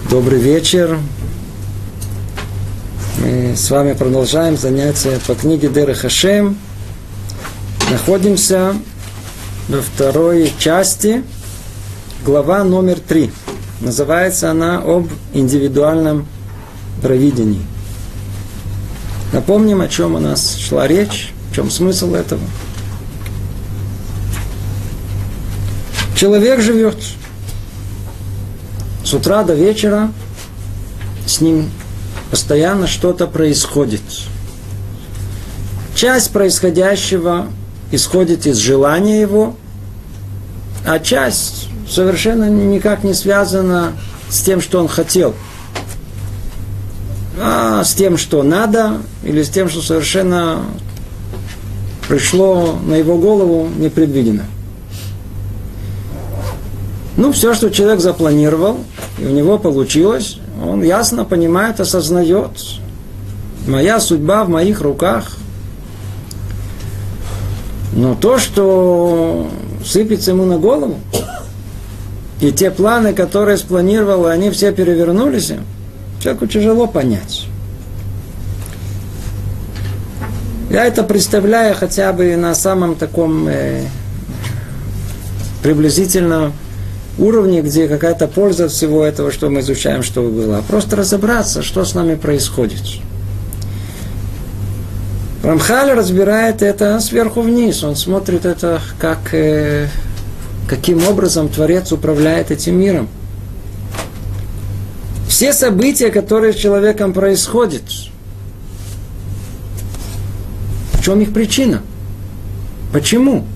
Добрый вечер. Мы с вами продолжаем занятия по книге Дерех Хашем. Находимся во второй части, глава номер 3. Называется она «Об индивидуальном провидении». Напомним, о чем у нас шла речь, в чем смысл этого. Человек живет с утра до вечера, с ним постоянно что-то происходит. Часть происходящего исходит из желания его, а часть совершенно никак не связана с тем, что он хотел, а с тем, что надо, или с тем, что совершенно пришло на его голову непредвиденно. Все, что человек запланировал, и у него получилось, он ясно понимает, осознает. Моя судьба в моих руках. Но то, что сыпется ему на голову, и те планы, которые спланировал, они все перевернулись, человеку тяжело понять. Я это представляю хотя бы на самом таком приблизительно уровне, где какая-то польза от всего этого, что мы изучаем, что было. Просто разобраться, что с нами происходит. Рамхаль разбирает это сверху вниз. Он смотрит это, каким образом Творец управляет этим миром. Все события, которые с человеком происходят, в чем их причина? Почему?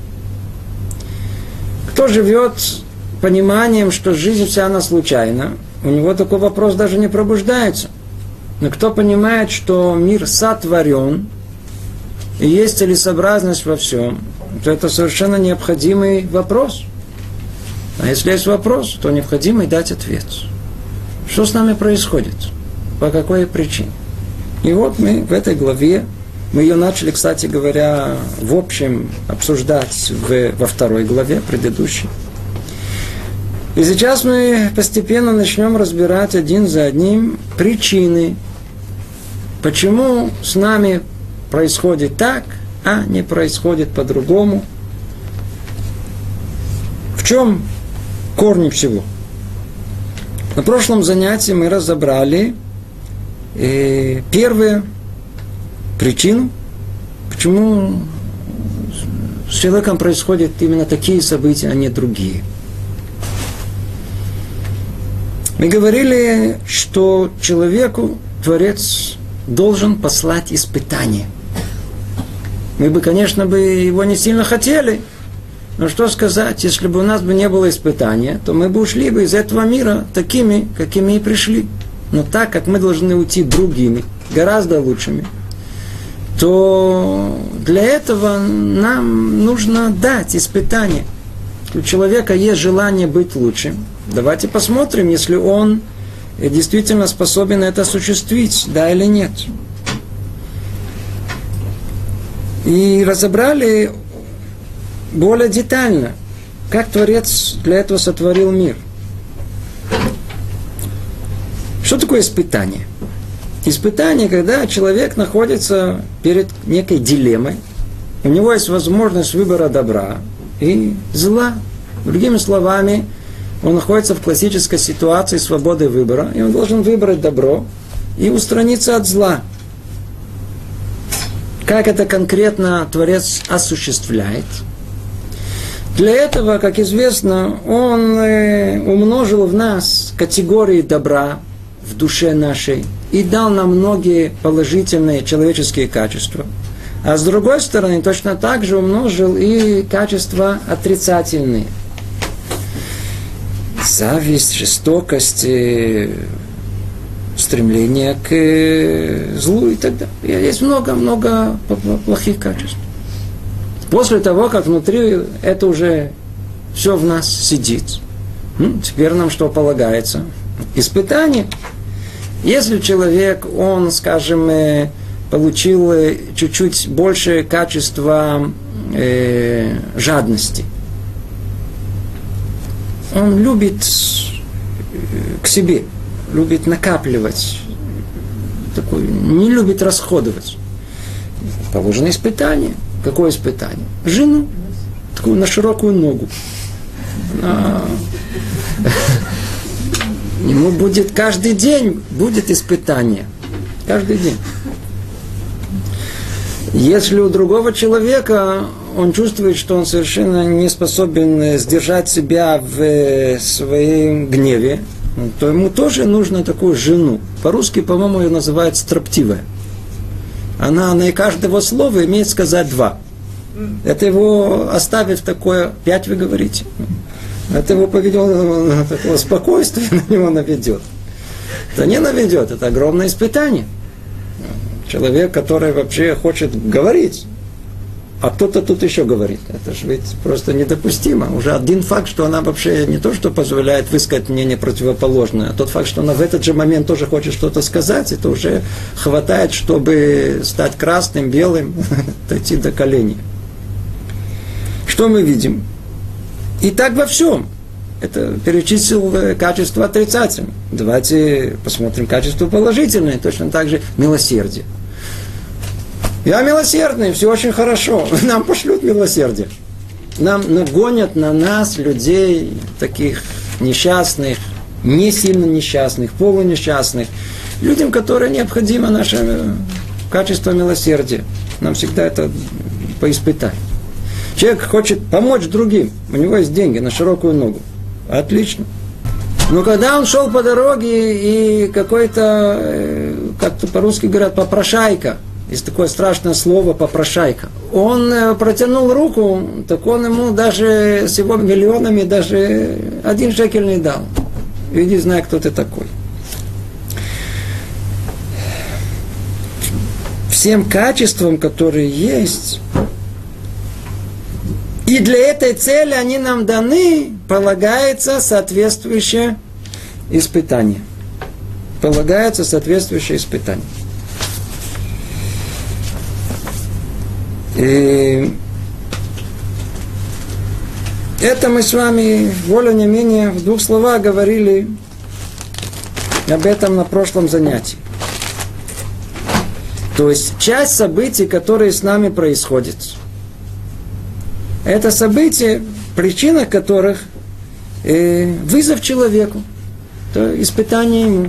Кто живет пониманием, что жизнь вся она случайна, у него такой вопрос даже не пробуждается. Но кто понимает, что мир сотворен, и есть целесообразность во всем, то это совершенно необходимый вопрос. А если есть вопрос, то необходимо дать ответ. Что с нами происходит? По какой причине? И вот мы в этой главе, мы ее начали, кстати говоря, в общем обсуждать во второй главе, предыдущей. И сейчас мы постепенно начнем разбирать один за одним причины, почему с нами происходит так, а не происходит по-другому. В чем корни всего? На прошлом занятии мы разобрали первую причину, почему с человеком происходят именно такие события, а не другие. Мы говорили, что человеку Творец должен послать испытание. Мы бы, конечно, его не сильно хотели, но что сказать, если бы у нас не было испытания, то мы бы ушли бы из этого мира такими, какими и пришли. Но так как мы должны уйти другими, гораздо лучшими, то для этого нам нужно дать испытание. У человека есть желание быть лучшим. Давайте посмотрим, если он действительно способен это осуществить, да или нет. И разобрали более детально, как Творец для этого сотворил мир. Что такое испытание? Испытание, когда человек находится перед некой дилеммой, у него есть возможность выбора добра и зла. Другими словами, он находится в классической ситуации свободы выбора, и он должен выбрать добро и устраниться от зла. Как это конкретно Творец осуществляет? Для этого, как известно, он умножил в нас категории добра в душе нашей и дал нам многие положительные человеческие качества. А с другой стороны, точно так же умножил и качества отрицательные. Зависть, жестокость, стремление к злу и так далее. Есть много-много плохих качеств. После того, как внутри это уже все в нас сидит, теперь нам что полагается? Испытание. Если человек, он, скажем, получил чуть-чуть больше качества жадности, он любит к себе, любит накапливать, такой, не любит расходовать. Положено испытание. Какое испытание? Жену. Такую на широкую ногу. Ему будет каждый день будет испытание. Каждый день. Если у другого человека он чувствует, что он совершенно не способен сдержать себя в своем гневе, то ему тоже нужно такую жену. По-русски, по-моему, ее называют строптивая. Она на каждого слова имеет сказать 2. Это его оставит в такое, 5 вы говорите. Это его поведет, такое спокойствие на него наведет. Это не наведет, это огромное испытание. Человек, который вообще хочет говорить, а кто-то тут еще говорит. Это же ведь просто недопустимо. Уже один факт, что она вообще не то, что позволяет высказать мнение противоположное, а тот факт, что она в этот же момент тоже хочет что-то сказать, это уже хватает, чтобы стать красным, белым, дойти до коленей. Что мы видим? И так во всем. Это перечислил качество отрицательное. Давайте посмотрим качество положительное. Точно так же милосердие. Я милосердный, все очень хорошо. Нам пошлют милосердие. Нам нагонят на нас людей таких несчастных, не сильно несчастных, полунесчастных. Людям, которым необходимо наше качество милосердия. Нам всегда это поиспытать. Человек хочет помочь другим. У него есть деньги на широкую ногу. Отлично. Но когда он шел по дороге и какой-то, как-то по-русски говорят, попрошайка, есть такое страшное слово попрошайка, он протянул руку, так он ему даже с его миллионами даже 1 шекель не дал. И не знаю, кто ты такой. Всем качествам, которые есть, и для этой цели они нам даны, полагается соответствующее испытание. Полагается соответствующее испытание. И это мы с вами более-менее в 2 словах говорили об этом на прошлом занятии. То есть часть событий, которые с нами происходят, это события, причина которых вызов человеку, то испытание ему.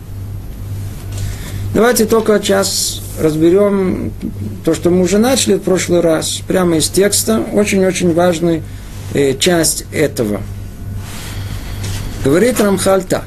Давайте только сейчас разберем то, что мы уже начали в прошлый раз, прямо из текста, очень-очень важную часть этого. Говорит Рамхаль так.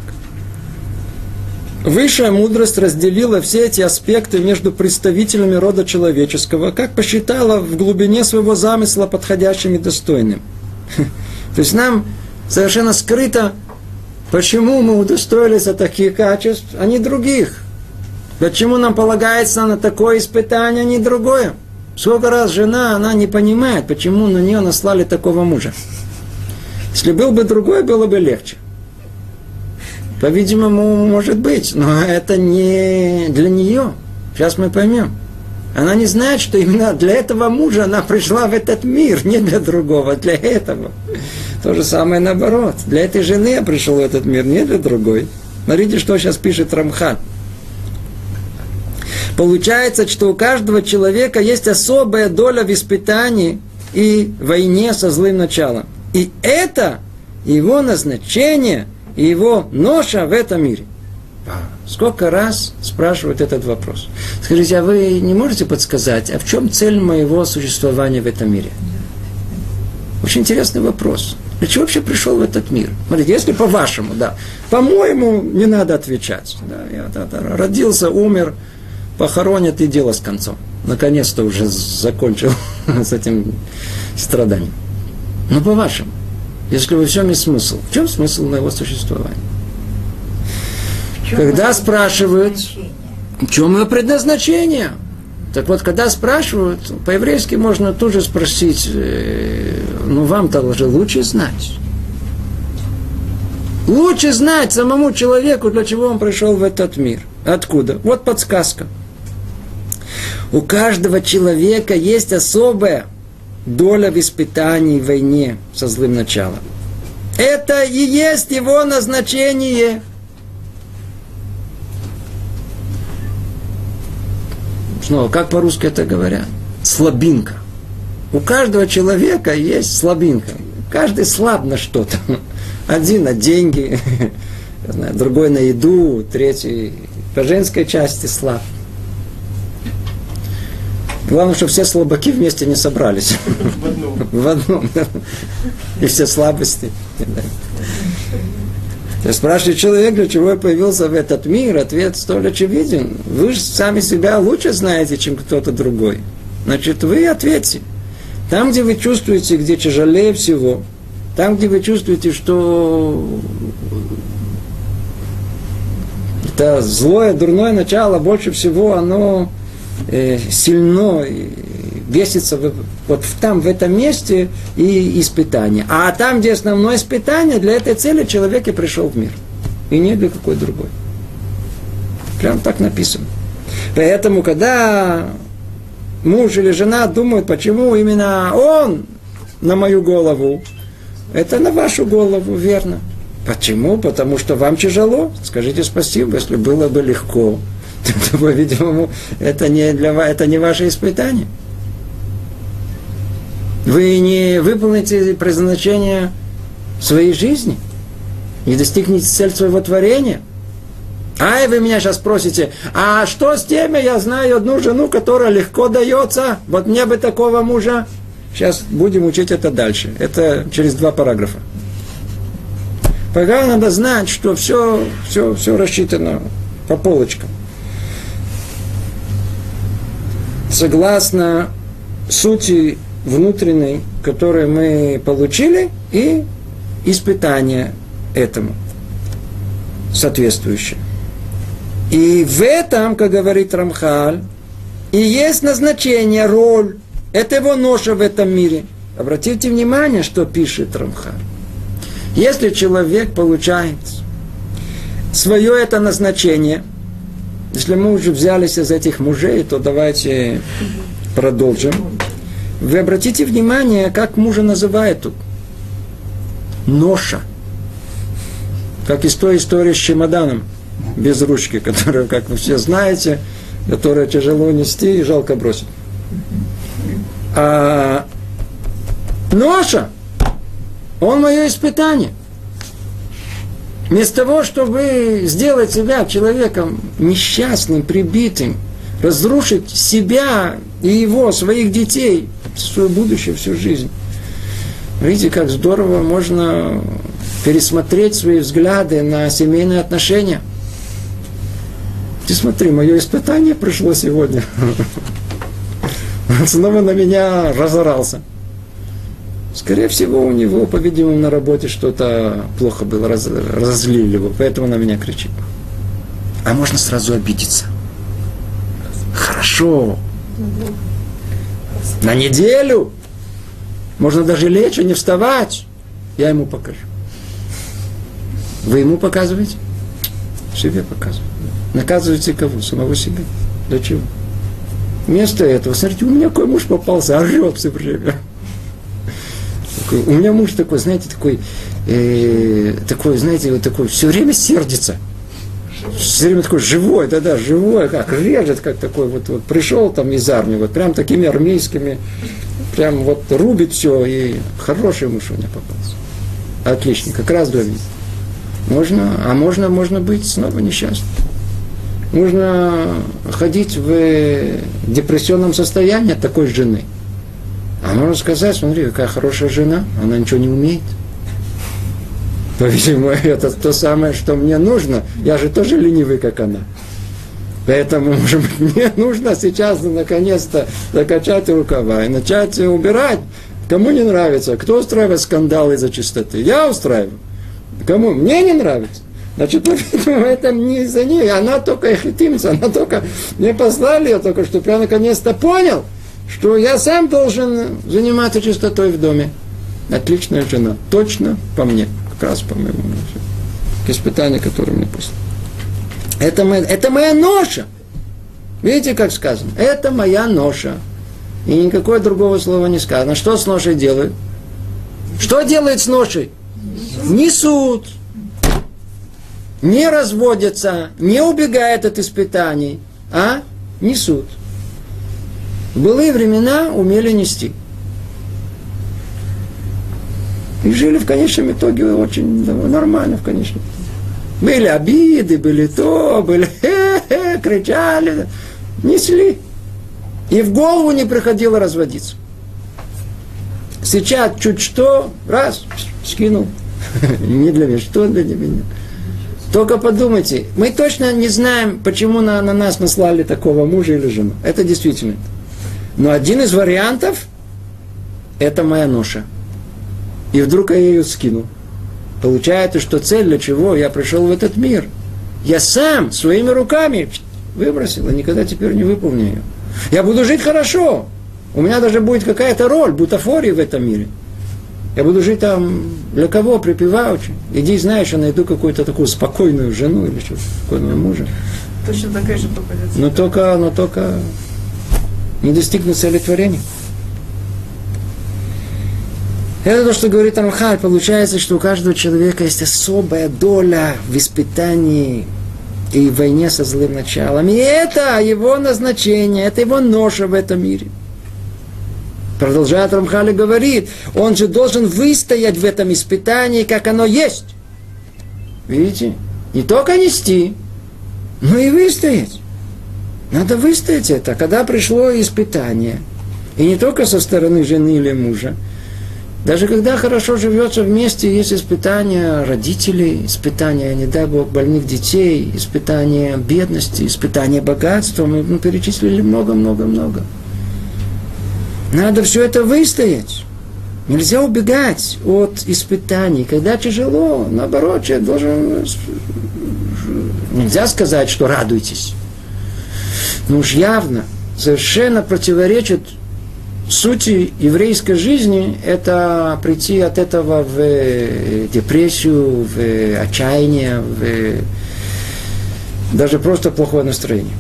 Высшая мудрость разделила все эти аспекты между представителями рода человеческого, как посчитала в глубине своего замысла подходящим и достойным. То есть нам совершенно скрыто, почему мы удостоились от таких качеств, а не других. Почему нам полагается на такое испытание, а не другое. Сколько раз жена, она не понимает, почему на нее наслали такого мужа. Если был бы другой, было бы легче. По-видимому, может быть, но это не для нее. Сейчас мы поймем. Она не знает, что именно для этого мужа она пришла в этот мир, не для другого, для этого. То же самое наоборот. Для этой жены я пришел в этот мир, не для другой. Смотрите, что сейчас пишет Рамхаль. Получается, что у каждого человека есть особая доля в испытании и войне со злым началом. И это его назначение и его ноша в этом мире. Сколько раз спрашивают этот вопрос? Скажите, а вы не можете подсказать, а в чем цель моего существования в этом мире? Очень интересный вопрос. Для чего вообще пришел в этот мир? Смотрите, если по-вашему, да, по-моему, не надо отвечать. Да, я родился, умер, похоронят и дело с концом. Наконец-то уже закончил с этим страданием. Но по-вашему, если во всем есть смысл, в чем смысл моего существования? Когда спрашивают, в чем мое предназначение? Так вот, когда спрашивают, по-еврейски можно тут же спросить, ну вам-то уже лучше знать. Лучше знать самому человеку, для чего он пришел в этот мир. Откуда? Вот подсказка. У каждого человека есть особая доля в испытании, в войне со злым началом. Это и есть его назначение. Снова, как по-русски это говорят? Слабинка. У каждого человека есть слабинка. Каждый слаб на что-то. Один на деньги, другой на еду, третий по женской части слаб. Главное, чтобы все слабаки вместе не собрались. В одном. И все слабости. Спрашивает человек, для чего я появился в этот мир, ответ столь очевиден. Вы же сами себя лучше знаете, чем кто-то другой. Значит, вы ответьте. Там, где вы чувствуете, где тяжелее всего, там, где вы чувствуете, что это злое, дурное начало, больше всего оно сильно весится вот там, в этом месте, и испытание. А там, где основное испытание, для этой цели человек и пришел в мир. И не для какой другой. Прям так написано. Поэтому, когда муж или жена думают, почему именно он на мою голову, это на вашу голову, верно. Почему? Потому что вам тяжело. Скажите спасибо, если было бы легко. То, по-видимому, это не ваше испытание. Вы не выполните предназначение своей жизни, не достигнете цель своего творения. Ай, вы меня сейчас спросите, а что с теми, я знаю одну жену, которая легко дается, вот мне бы такого мужа. Сейчас будем учить это дальше. Это через 2 параграфа. Пока надо знать, что все рассчитано по полочкам. Согласно сути внутренней, которую мы получили, и испытание этому соответствующее. И в этом, как говорит Рамхаль, и есть назначение, роль. Это его ноша в этом мире. Обратите внимание, что пишет Рамхаль. Если человек получает свое это назначение, если мы уже взялись из этих мужей, то давайте продолжим. Вы обратите внимание, как мужа называют тут. Ноша. Как из той истории с чемоданом без ручки, которую, как вы все знаете, которую тяжело нести и жалко бросить. А ноша, он мое испытание. Вместо того, чтобы сделать себя человеком несчастным, прибитым, разрушить себя и его, своих детей, свое будущее, всю жизнь. Видите, как здорово можно пересмотреть свои взгляды на семейные отношения. Ты смотри, мое испытание пришло сегодня. Он снова на меня разорался. Скорее всего, у него, по-видимому, на работе что-то плохо было, разозлили его, поэтому на меня кричит. А можно сразу обидеться. Хорошо. На неделю. Можно даже лечь и не вставать. Я ему покажу. Вы ему показываете? Себе показываете. Наказываете кого? Самого себя. Для чего? Вместо этого, смотрите, у меня какой муж попался, орет все время. У меня муж такой, знаете, такой, знаете, вот такой, все время сердится. Все время такой живой, да, живой, как режет, как такой, вот пришел там из армии, вот прям такими армейскими, прям вот рубит все, и хороший муж у меня попался. Отлично, как раз для меня. Можно быть снова несчастным. Можно ходить в депрессионном состоянии от такой жены. А можно сказать, смотри, какая хорошая жена, она ничего не умеет. По-видимому, это то самое, что мне нужно. Я же тоже ленивый, как она. Поэтому, может быть, мне нужно сейчас, наконец-то, закачать рукава и начать убирать. Кому не нравится? Кто устраивает скандалы из-за чистоты? Я устраиваю. Кому? Мне не нравится. Значит, по-видимому, это не из-за нее. Она только эхитимца, она только... Мне послали ее только, чтобы я наконец-то понял, что я сам должен заниматься чистотой в доме. Отличная жена. Точно по мне. Как раз по моему испытанию, которое мне послали. Это моя ноша. Видите, как сказано? Это моя ноша. И никакого другого слова не сказано. Что с ношей делают? Что делает с ношей? Несут. Не разводятся, не убегают от испытаний, а несут. В былые времена умели нести. И жили в конечном итоге очень нормально в конечном. Были обиды, были то, были кричали, несли. И в голову не приходило разводиться. Сейчас чуть что, раз, скинул. Не для меня, что для меня. Только подумайте, мы точно не знаем, почему на нас наслали такого мужа или жену. Это действительно. Но один из вариантов – это моя ноша. И вдруг я ее скинул. Получается, что цель, для чего я пришел в этот мир, я сам своими руками выбросил, и никогда теперь не выполню ее. Я буду жить хорошо. У меня даже будет какая-то роль, бутафории в этом мире. Я буду жить там для кого, припеваючи. Иди, знаешь, я найду какую-то такую спокойную жену или что-то, спокойного мужа. Точно такая же попадется. Но только не достигнуть цели творения. Это то, что говорит Рамхаль. Получается, что у каждого человека есть особая доля в испытании и в войне со злым началом. И это его назначение, это его ноша в этом мире. Продолжает Рамхаль и говорит, он же должен выстоять в этом испытании, как оно есть. Видите? Не только нести, но и выстоять. Надо выстоять это, когда пришло испытание. И не только со стороны жены или мужа. Даже когда хорошо живется вместе, есть испытания родителей, испытания, не дай Бог, больных детей, испытания бедности, испытания богатства. Мы перечислили много-много-много. Надо все это выстоять. Нельзя убегать от испытаний. Когда тяжело, наоборот, человек должен... Нельзя сказать, что радуйтесь. Но уж явно, совершенно противоречит сути еврейской жизни, это прийти от этого в депрессию, в отчаяние, в даже просто плохое настроение.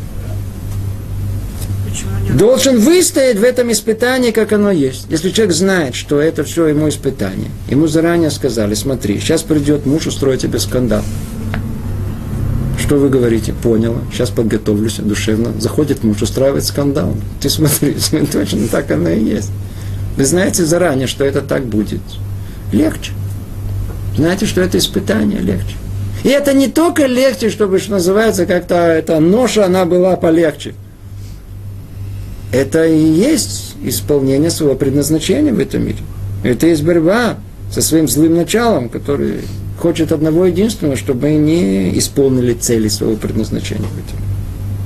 Должен выстоять в этом испытании, как оно есть. Если человек знает, что это все ему испытание, ему заранее сказали, смотри, сейчас придет муж, устроит тебе скандал. Что вы говорите? Поняла, сейчас подготовлюсь душевно. Заходит муж, устраивает скандал. Ты смотри, точно так оно и есть. Вы знаете заранее, что это так будет. Легче. Знаете, что это испытание легче. И это не только легче, чтобы, что называется, как-то эта ноша, она была полегче. Это и есть исполнение своего предназначения в этом мире. Это есть борьба со своим злым началом, который хочет одного единственного, чтобы мы не исполнили цели своего предназначения в этом мире.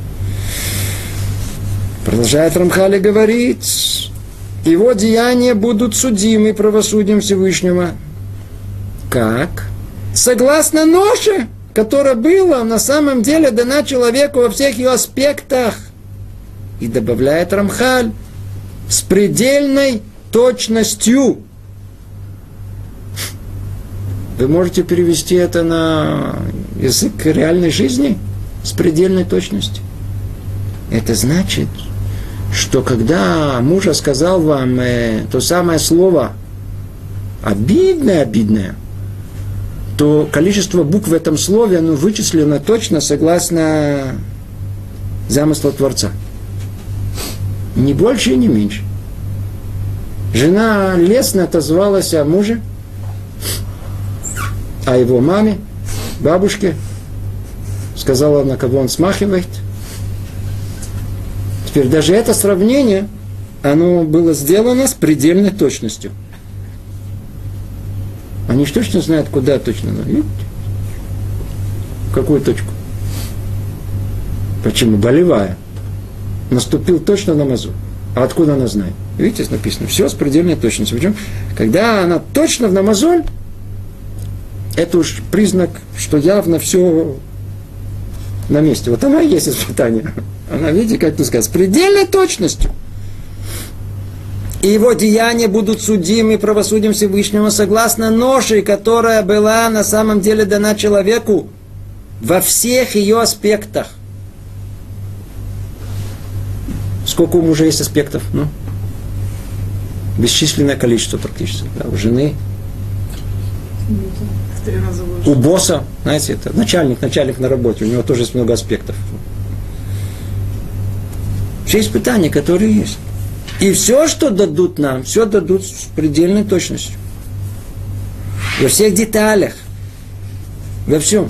Продолжает Рамхаль говорить, его деяния будут судимы правосудием Всевышнего. Как? Согласно ноше, которая была на самом деле дана человеку во всех ее аспектах. И добавляет Рамхаль, с предельной точностью. Вы можете перевести это на язык реальной жизни с предельной точностью. Это значит, что когда муж сказал вам то самое слово обидное, то количество букв в этом слове, оно вычислено точно согласно замыслу Творца. Ни больше и не меньше. Жена лестно отозвалась о муже, о его маме, бабушке, сказала, на кого он смахивает. Теперь даже это сравнение, оно было сделано с предельной точностью. Они же точно знают, куда точно надо. Видите? В какую точку? Почему? Болевая. Наступил точно на мозоль. А откуда она знает? Видите, написано, все с предельной точностью. Причем, когда она точно на мозоль, это уж признак, что явно все на месте. Вот она и есть испытание. Она, видите, как тут сказать, с предельной точностью. И его деяния будут судимы правосудием Всевышнего согласно ноше, которая была на самом деле дана человеку во всех ее аспектах. Сколько у мужа есть аспектов? Ну? Бесчисленное количество практически. Да, у жены. У босса, знаете, это начальник на работе, у него тоже есть много аспектов. Все испытания, которые есть. И все, что дадут нам, все дадут с предельной точностью. Во всех деталях. Во всем.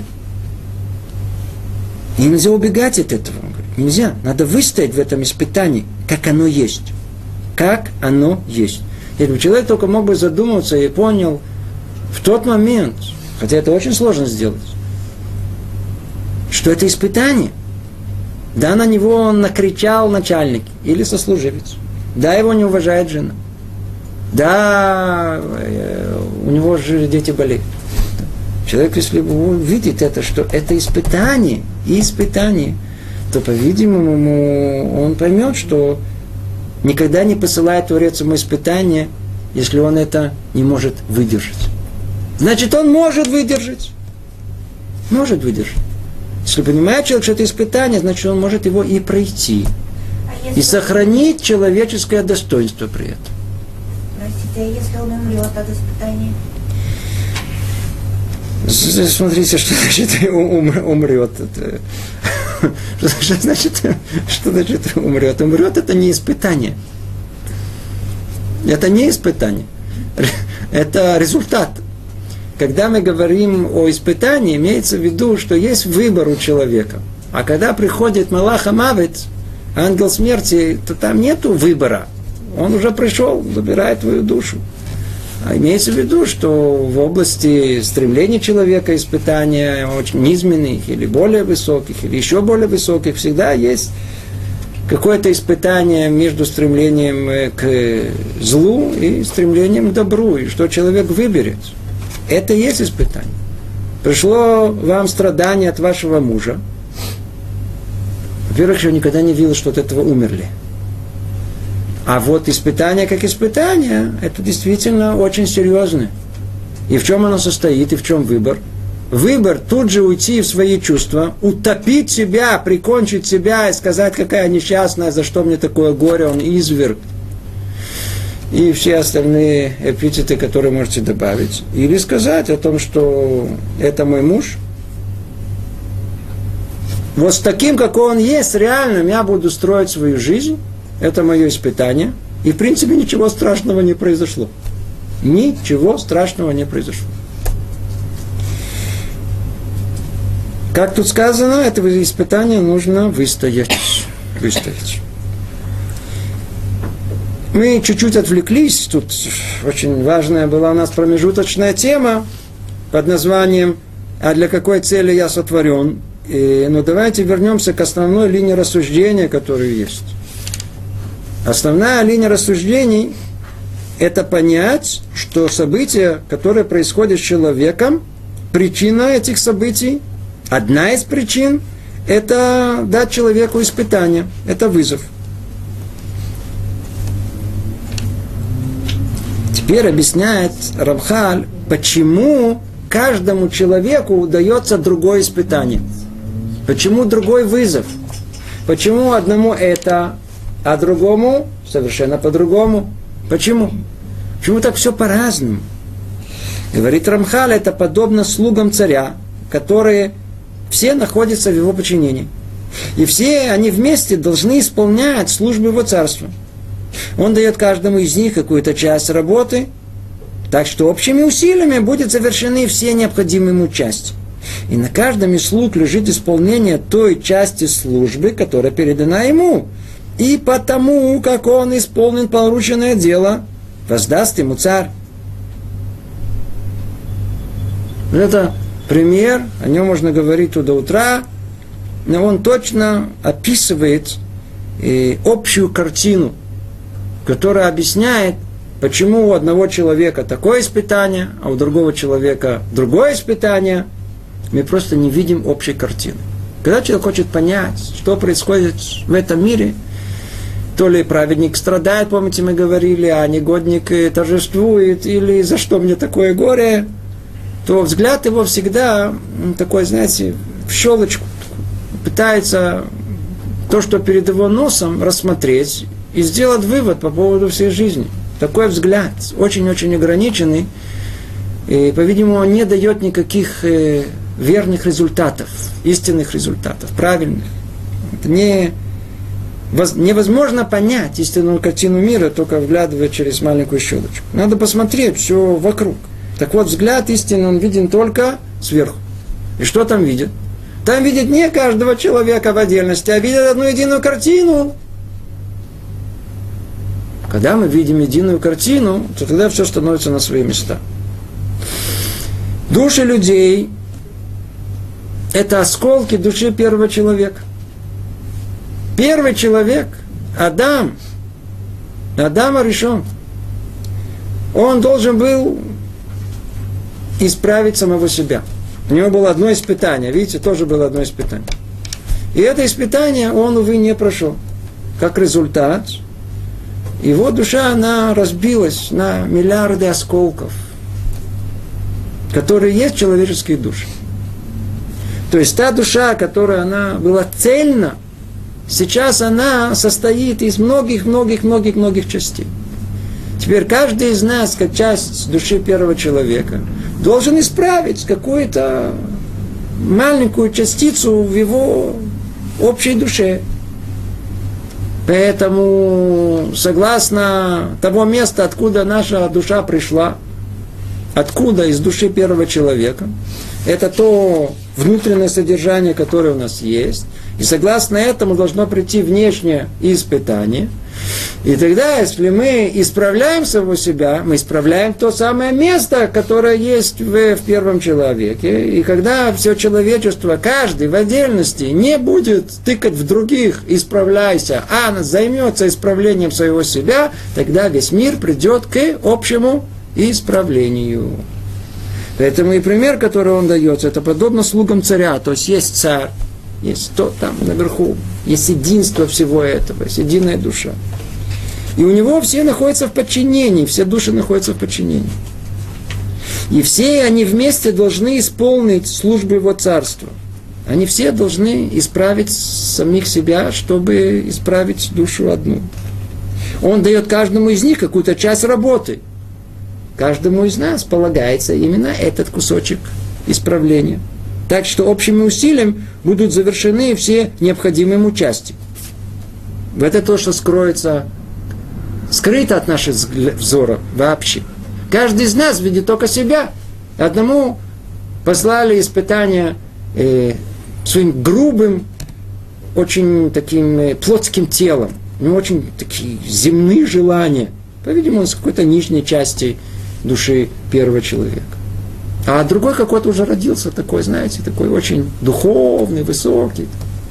И нельзя убегать от этого. Он говорит, нельзя. Надо выстоять в этом испытании, как оно есть. Как оно есть. Если бы человек только мог бы задуматься и понял в тот момент, хотя это очень сложно сделать, что это испытание. Да, на него накричал начальник или сослуживец. Да, его не уважает жена. Да, у него же дети болеют. Человек, если увидит это, что это испытание, то, по-видимому, он поймет, что никогда не посылает Творец ему испытания, если он это не может выдержать. Значит, он может выдержать. Может выдержать. Если понимает человек, что это испытание, значит, он может его и пройти. И сохранить человеческое достоинство при этом. Простите, а если он умрет от испытания? Смотрите, что значит умрет. Что значит умрет? Умрет — это не испытание. Это не испытание. Это результат. Когда мы говорим о испытании, имеется в виду, что есть выбор у человека. А когда приходит Малах ха-Мавет, ангел смерти, то там нету выбора. Он уже пришел, забирает твою душу. А имеется в виду, что в области стремлений человека, испытания очень низменных или более высоких, или еще более высоких, всегда есть какое-то испытание между стремлением к злу и стремлением к добру, и что человек выберет. Это и есть испытание. Пришло вам страдание от вашего мужа. Во-первых, я никогда не видел, что от этого умерли. А вот испытание как испытание, это действительно очень серьезное. И в чем оно состоит, и в чем выбор? Выбор тут же уйти в свои чувства, утопить себя, прикончить себя и сказать, какая несчастная, за что мне такое горе, он изверг. И все остальные эпитеты, которые можете добавить. Или сказать о том, что это мой муж. Вот с таким, какой он есть, реально я буду строить свою жизнь. Это мое испытание. И, в принципе, ничего страшного не произошло. Ничего страшного не произошло. Как тут сказано, это испытание нужно выстоять. Выстоять. Мы чуть-чуть отвлеклись. Тут очень важная была у нас промежуточная тема под названием «А для какой цели я сотворен?». Но давайте вернемся к основной линии рассуждения, которая есть. Основная линия рассуждений – это понять, что события, которые происходят с человеком, причина этих событий, одна из причин – это дать человеку испытание, это вызов. Теперь объясняет Рамхаль, почему каждому человеку удается другое испытание. Почему другой вызов? Почему одному это, а другому совершенно по-другому? Почему? Почему так все по-разному? Говорит Рамхаль, это подобно слугам царя, которые все находятся в его подчинении. И все они вместе должны исполнять службу его царства. Он дает каждому из них какую-то часть работы, так что общими усилиями будут завершены все необходимые ему части. И на каждом из слуг лежит исполнение той части службы, которая передана ему. И потому, как он исполнит порученное дело, воздаст ему царь. Это пример, о нем можно говорить до утра, но он точно описывает общую картину, которая объясняет, почему у одного человека такое испытание, а у другого человека другое испытание. Мы просто не видим общей картины. Когда человек хочет понять, что происходит в этом мире, то ли праведник страдает, помните, мы говорили, а негодник торжествует, или за что мне такое горе, то взгляд его всегда такой, знаете, в щелочку, пытается то, что перед его носом, рассмотреть и сделать вывод по поводу всей жизни. Такой взгляд, очень-очень ограниченный, и, по-видимому, он не дает никаких верных результатов, истинных результатов, правильных. Это не Невозможно понять истинную картину мира, только вглядывая через маленькую щелочку. Надо посмотреть все вокруг. Так вот, взгляд истины, он виден только сверху. И что там видит? Там видит не каждого человека в отдельности, а видит одну единую картину. Когда мы видим единую картину, то тогда все становится на свои места. Души людей – это осколки души первого человека. Первый человек, Адам решен. Он должен был исправить самого себя. У него было одно испытание. Видите, тоже было одно испытание. И это испытание он, увы, не прошел. Как результат, его душа, она разбилась на миллиарды осколков, которые есть человеческие души. То есть та душа, которая она была цельна, сейчас она состоит из многих частей. Теперь каждый из нас, как часть души первого человека, должен исправить какую-то маленькую частицу в его общей душе. Поэтому, согласно того места, откуда наша душа пришла, откуда из души первого человека, это то внутреннее содержание, которое у нас есть, и согласно этому должно прийти внешнее испытание. И тогда, если мы исправляем самого себя, мы исправляем то самое место, которое есть в первом человеке. И когда все человечество, каждый в отдельности, не будет тыкать в других, исправляйся, а займется исправлением своего себя, тогда весь мир придет к общему исправлению. Поэтому и пример, который он дает, это подобно слугам царя. То есть есть царь, есть кто там наверху, есть единство всего этого, есть единая душа. И у него все находятся в подчинении, все души находятся в подчинении. И все они вместе должны исполнить службу его царства. Они все должны исправить самих себя, чтобы исправить душу одну. Он дает каждому из них какую-то часть работы. Каждому из нас полагается именно этот кусочек исправления. Так что общими усилием будут завершены все необходимые ему части. Это то, что скрыто от наших взоров вообще. Каждый из нас видит только себя. Одному послали испытания своим грубым, очень таким плотским телом. У него очень такие земные желания. По-видимому, с какой-то нижней части души первого человека. А другой какой-то уже родился такой, знаете, такой очень духовный, высокий.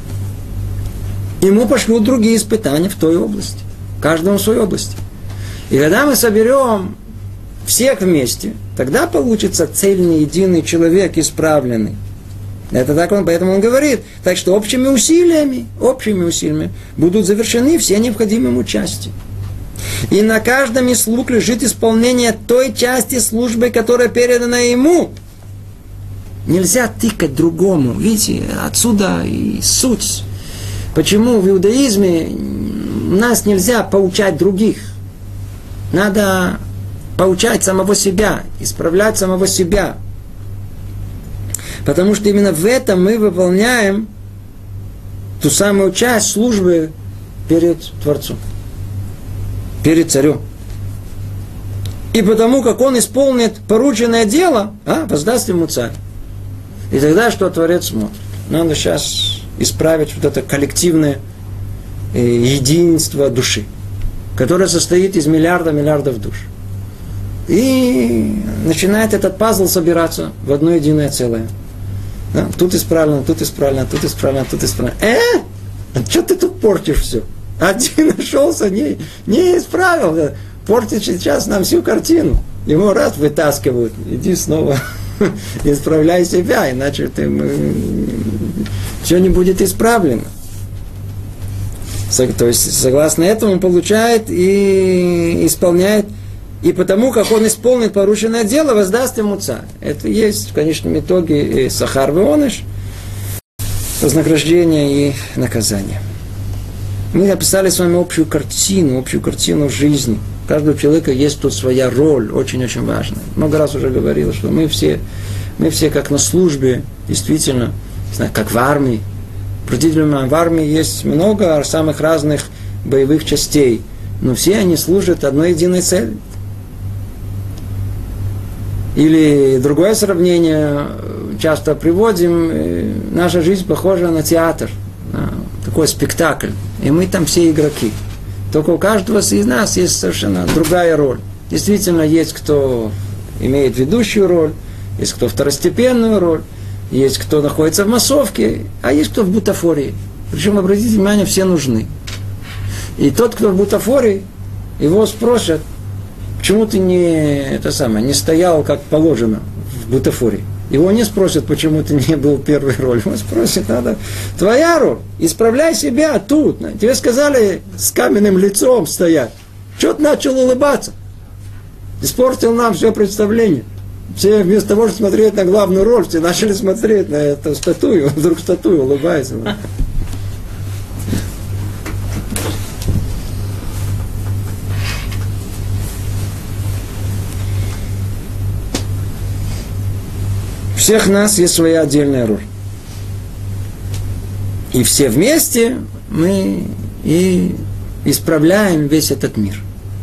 Ему пошлют другие испытания в той области. Каждому в своей области. И когда мы соберем всех вместе, тогда получится цельный, единый человек, исправленный. Это так он, поэтому он говорит. Так что общими усилиями будут завершены все необходимые ему части. И на каждом из слуг лежит исполнение той части службы, которая передана ему. Нельзя тыкать другому. Видите, отсюда и суть. Почему в иудаизме нас нельзя поучать других? Надо поучать самого себя, исправлять самого себя. Потому что именно в этом мы выполняем ту самую часть службы перед Творцом, перед Царем. И потому, как он исполнит порученное дело, воздаст ему Царь. И тогда что Творец смотрит? Надо сейчас исправить вот это коллективное единство души, которое состоит из миллиардов душ. И начинает этот пазл собираться в одно единое целое. Да? Тут исправлено, тут исправлено, тут исправлено, тут исправлено. Что ты тут портишь все? Один нашелся, не исправил. Портит сейчас нам всю картину. Ему раз вытаскивают. Иди снова исправляй себя, иначе все не будет исправлено. То есть, согласно этому, он получает и исполняет. И потому, как он исполнит порученное дело, воздаст ему Царь. Это есть в конечном итоге сахар веоныш, вознаграждение и наказание. Мы написали с вами общую картину жизни. У каждого человека есть тут своя роль, очень-очень важная. Много раз уже говорил, что мы все как на службе, действительно, как в армии. Обратите внимание, в армии есть много самых разных боевых частей, но все они служат одной единой цели. Или другое сравнение часто приводим, наша жизнь похожа на театр, на такой спектакль, и мы там все игроки. Только у каждого из нас есть совершенно другая роль. Действительно, есть кто имеет ведущую роль, есть кто второстепенную роль, есть кто находится в массовке, а есть кто в бутафории. Причем, обратите внимание, все нужны. И тот, кто в бутафории, его спросят, почему ты не стоял как положено в бутафории. Его не спросят, почему ты не был первой ролью. Его спросят, надо твоя роль, исправляй себя тут. Тебе сказали с каменным лицом стоять. Чего ты начал улыбаться? Испортил нам все представление. Все вместо того, чтобы смотреть на главную роль, все начали смотреть на эту статую. Вдруг статуя улыбается. У всех нас есть своя отдельная роль. И все вместе мы и исправляем весь этот мир.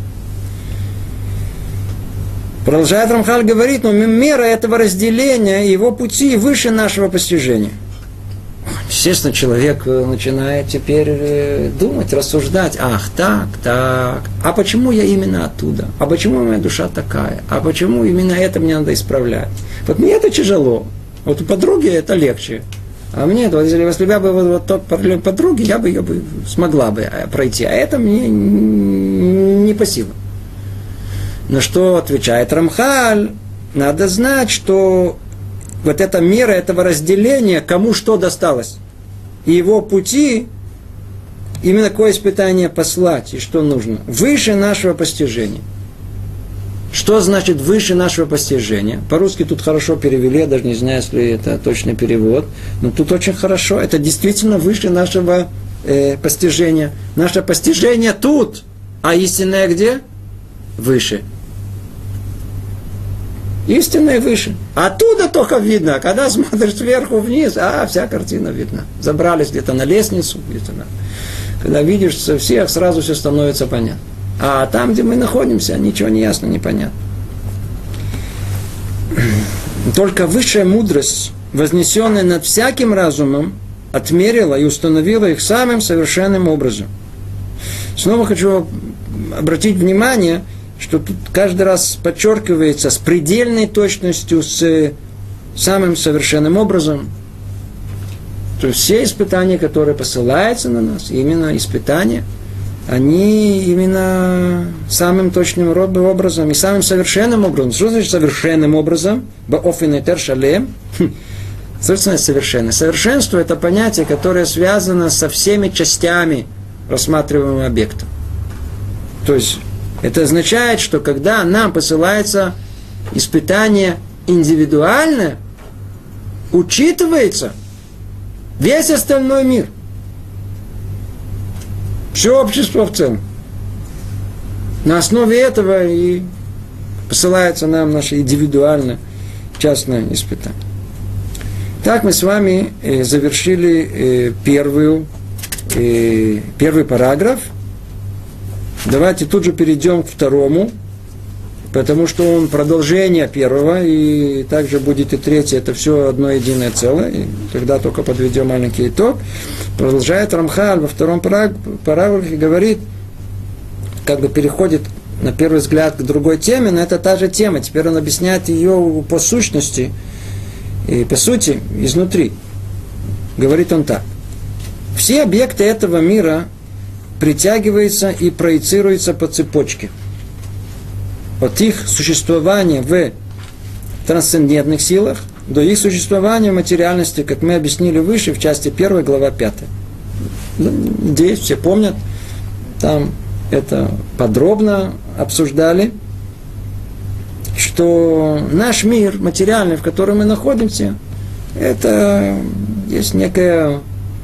Продолжает Рамхаль говорить, но мера этого разделения, его пути выше нашего постижения. Естественно, человек начинает теперь думать, рассуждать. Ах, так. А почему я именно оттуда? А почему моя душа такая? А почему именно это мне надо исправлять? Вот мне это тяжело. Вот у подруги это легче. А мне, вот, если бы я бы вот так подруги, я бы ее смогла бы пройти. А это мне не по силам. На что отвечает Рамхаль? Надо знать, что вот эта мера этого разделения, кому что досталось. И его пути, именно какое испытание послать, и что нужно. Выше нашего постижения. Что значит выше нашего постижения? По-русски тут хорошо перевели, я даже не знаю, если это точный перевод. Но тут очень хорошо. Это действительно выше нашего постижения. Наше постижение тут. А истинное где? Выше. Истинное выше. Оттуда только видно. Когда смотришь сверху вниз, вся картина видна. Забрались где-то на лестницу, где-то на... Когда видишь всех, сразу все становится понятно. А там, где мы находимся, ничего не ясно, не понятно. Только высшая мудрость, вознесенная над всяким разумом, отмерила и установила их самым совершенным образом. Снова хочу обратить внимание, что тут каждый раз подчеркивается с предельной точностью, с самым совершенным образом. То есть все испытания, которые посылаются на нас, именно испытания, они именно самым точным образом и самым совершенным образом. Что значит совершенным образом? Баофен этер шалем. Собственно, совершенное. Совершенство – это понятие, которое связано со всеми частями рассматриваемого объекта. То есть, это означает, что когда нам посылается испытание индивидуальное, учитывается весь остальной мир. Все общество в целом. На основе этого и посылается нам наше индивидуальное, частное испытание. Так мы с вами завершили первый параграф. Давайте тут же перейдем к второму, потому что он продолжение первого, и также будет и третий, это все одно единое целое, и тогда только подведем маленький итог. Продолжает Рамхаль во втором параграфе, говорит, как бы переходит на первый взгляд к другой теме, но это та же тема, теперь он объясняет ее по сущности, и по сути, изнутри. Говорит он так. Все объекты этого мира притягиваются и проецируются по цепочке. От их существования в трансцендентных силах до их существования в материальности, как мы объяснили выше, в части 1, глава 5. Здесь все помнят, там это подробно обсуждали, что наш мир материальный, в котором мы находимся, это есть некая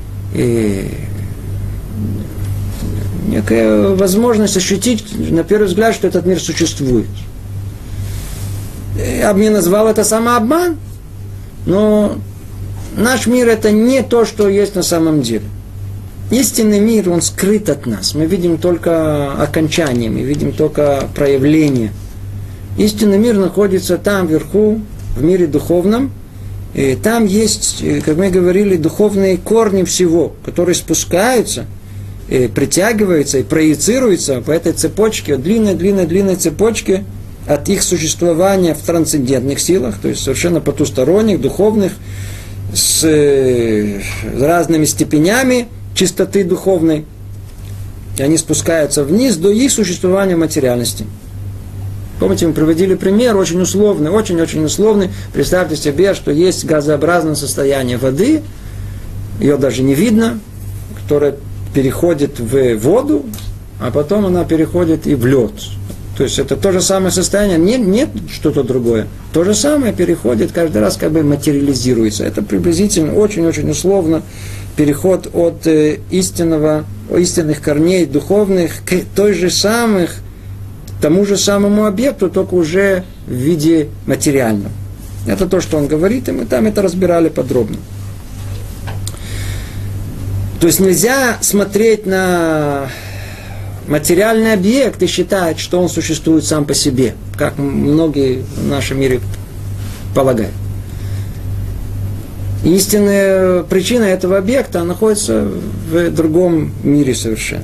возможность ощутить, на первый взгляд, что этот мир существует. Я бы не назвал это самообман, но наш мир это не то, что есть на самом деле. Истинный мир, он скрыт от нас. Мы видим только окончание, мы видим только проявление. Истинный мир находится там, вверху, в мире духовном. И там есть, как мы говорили, духовные корни всего, которые спускаются, и притягиваются и проецируются по этой цепочке, длинной цепочке от их существования в трансцендентных силах, то есть совершенно потусторонних, духовных, с разными степенями чистоты духовной. И они спускаются вниз до их существования в материальности. Помните, мы приводили пример, очень условный, очень-очень условный. Представьте себе, что есть газообразное состояние воды, ее даже не видно, которая переходит в воду, а потом она переходит и в лед. То есть это то же самое состояние, нет что-то другое. То же самое переходит, каждый раз как бы материализируется. Это приблизительно, очень-очень условно, переход от истинных корней духовных к тому же самому объекту, только уже в виде материальном. Это то, что он говорит, и мы там это разбирали подробно. То есть нельзя смотреть на материальный объект и считать, что он существует сам по себе, как многие в нашем мире полагают. Истинная причина этого объекта находится в другом мире совершенно.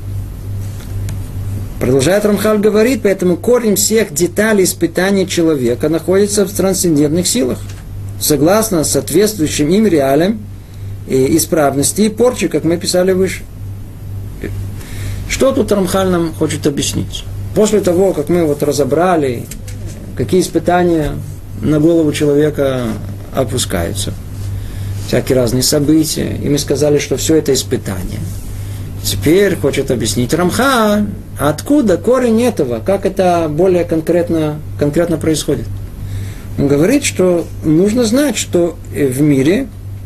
Продолжает Рамхаль говорить, поэтому корень всех деталей испытаний человека находится в трансцендентных силах, согласно соответствующим им реалиям и исправности и порчи, как мы писали выше. Что тут Рамхаль нам хочет объяснить? После того, как мы разобрали, какие испытания на голову человека опускаются, всякие разные события, и мы сказали, что все это испытание. Теперь хочет объяснить Рамхаль, откуда корень этого, как это более конкретно происходит. Он говорит, что нужно знать, что в мире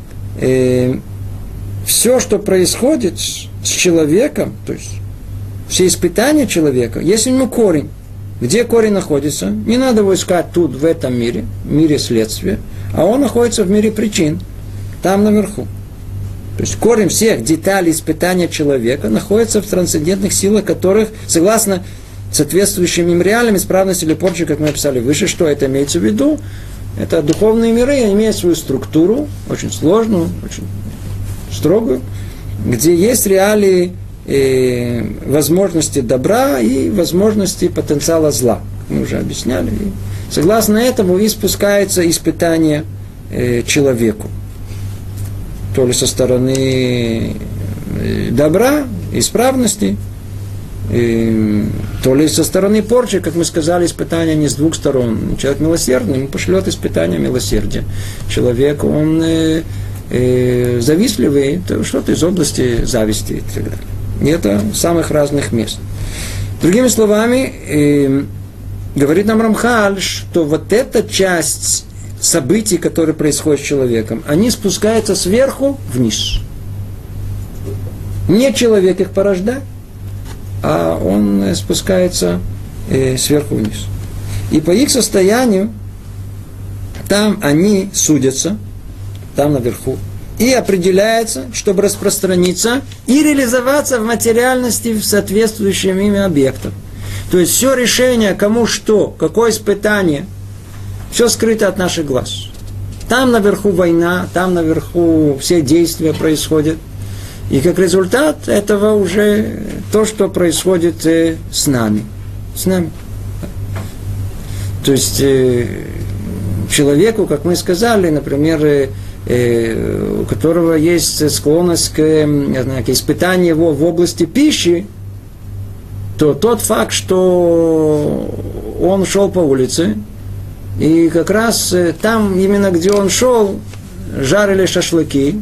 все, что происходит с человеком, то есть все испытания человека, есть у него корень. Где корень находится? Не надо его искать тут, в этом мире, в мире следствия, а он находится в мире причин, там наверху. То есть корень всех деталей испытания человека находится в трансцендентных силах, которых, согласно соответствующим им реалиям, исправности или порчи, как мы описали выше, что это имеется в виду? Это духовные миры, они имеют свою структуру, очень сложную, очень строгую, где есть реалии возможности добра и возможности потенциала зла. Мы уже объясняли. И согласно этому и спускается испытание человеку. То ли со стороны добра, исправности, то ли со стороны порчи, как мы сказали, испытания не с двух сторон. Человек милосердный, ему пошлет испытание милосердия. Человек, он завистливый, то что-то из области зависти и так далее. И это с самых разных мест. Другими словами, говорит нам Рамхаль, что вот эта часть событий, которые происходят с человеком, они спускаются сверху вниз. Не человек их порождает, а он спускается сверху вниз. И по их состоянию там они судятся, там наверху, и определяется, чтобы распространиться и реализоваться в материальности в соответствующем ими объектах. То есть все решение, кому что, какое испытание, все скрыто от наших глаз. Там наверху война, там наверху все действия происходят. И как результат этого уже то, что происходит с нами. С нами. То есть человеку, как мы сказали, например, у которого есть склонность к испытанию его в области пищи, то тот факт, что он шел по улице, и как раз там, именно где он шел, жарили шашлыки,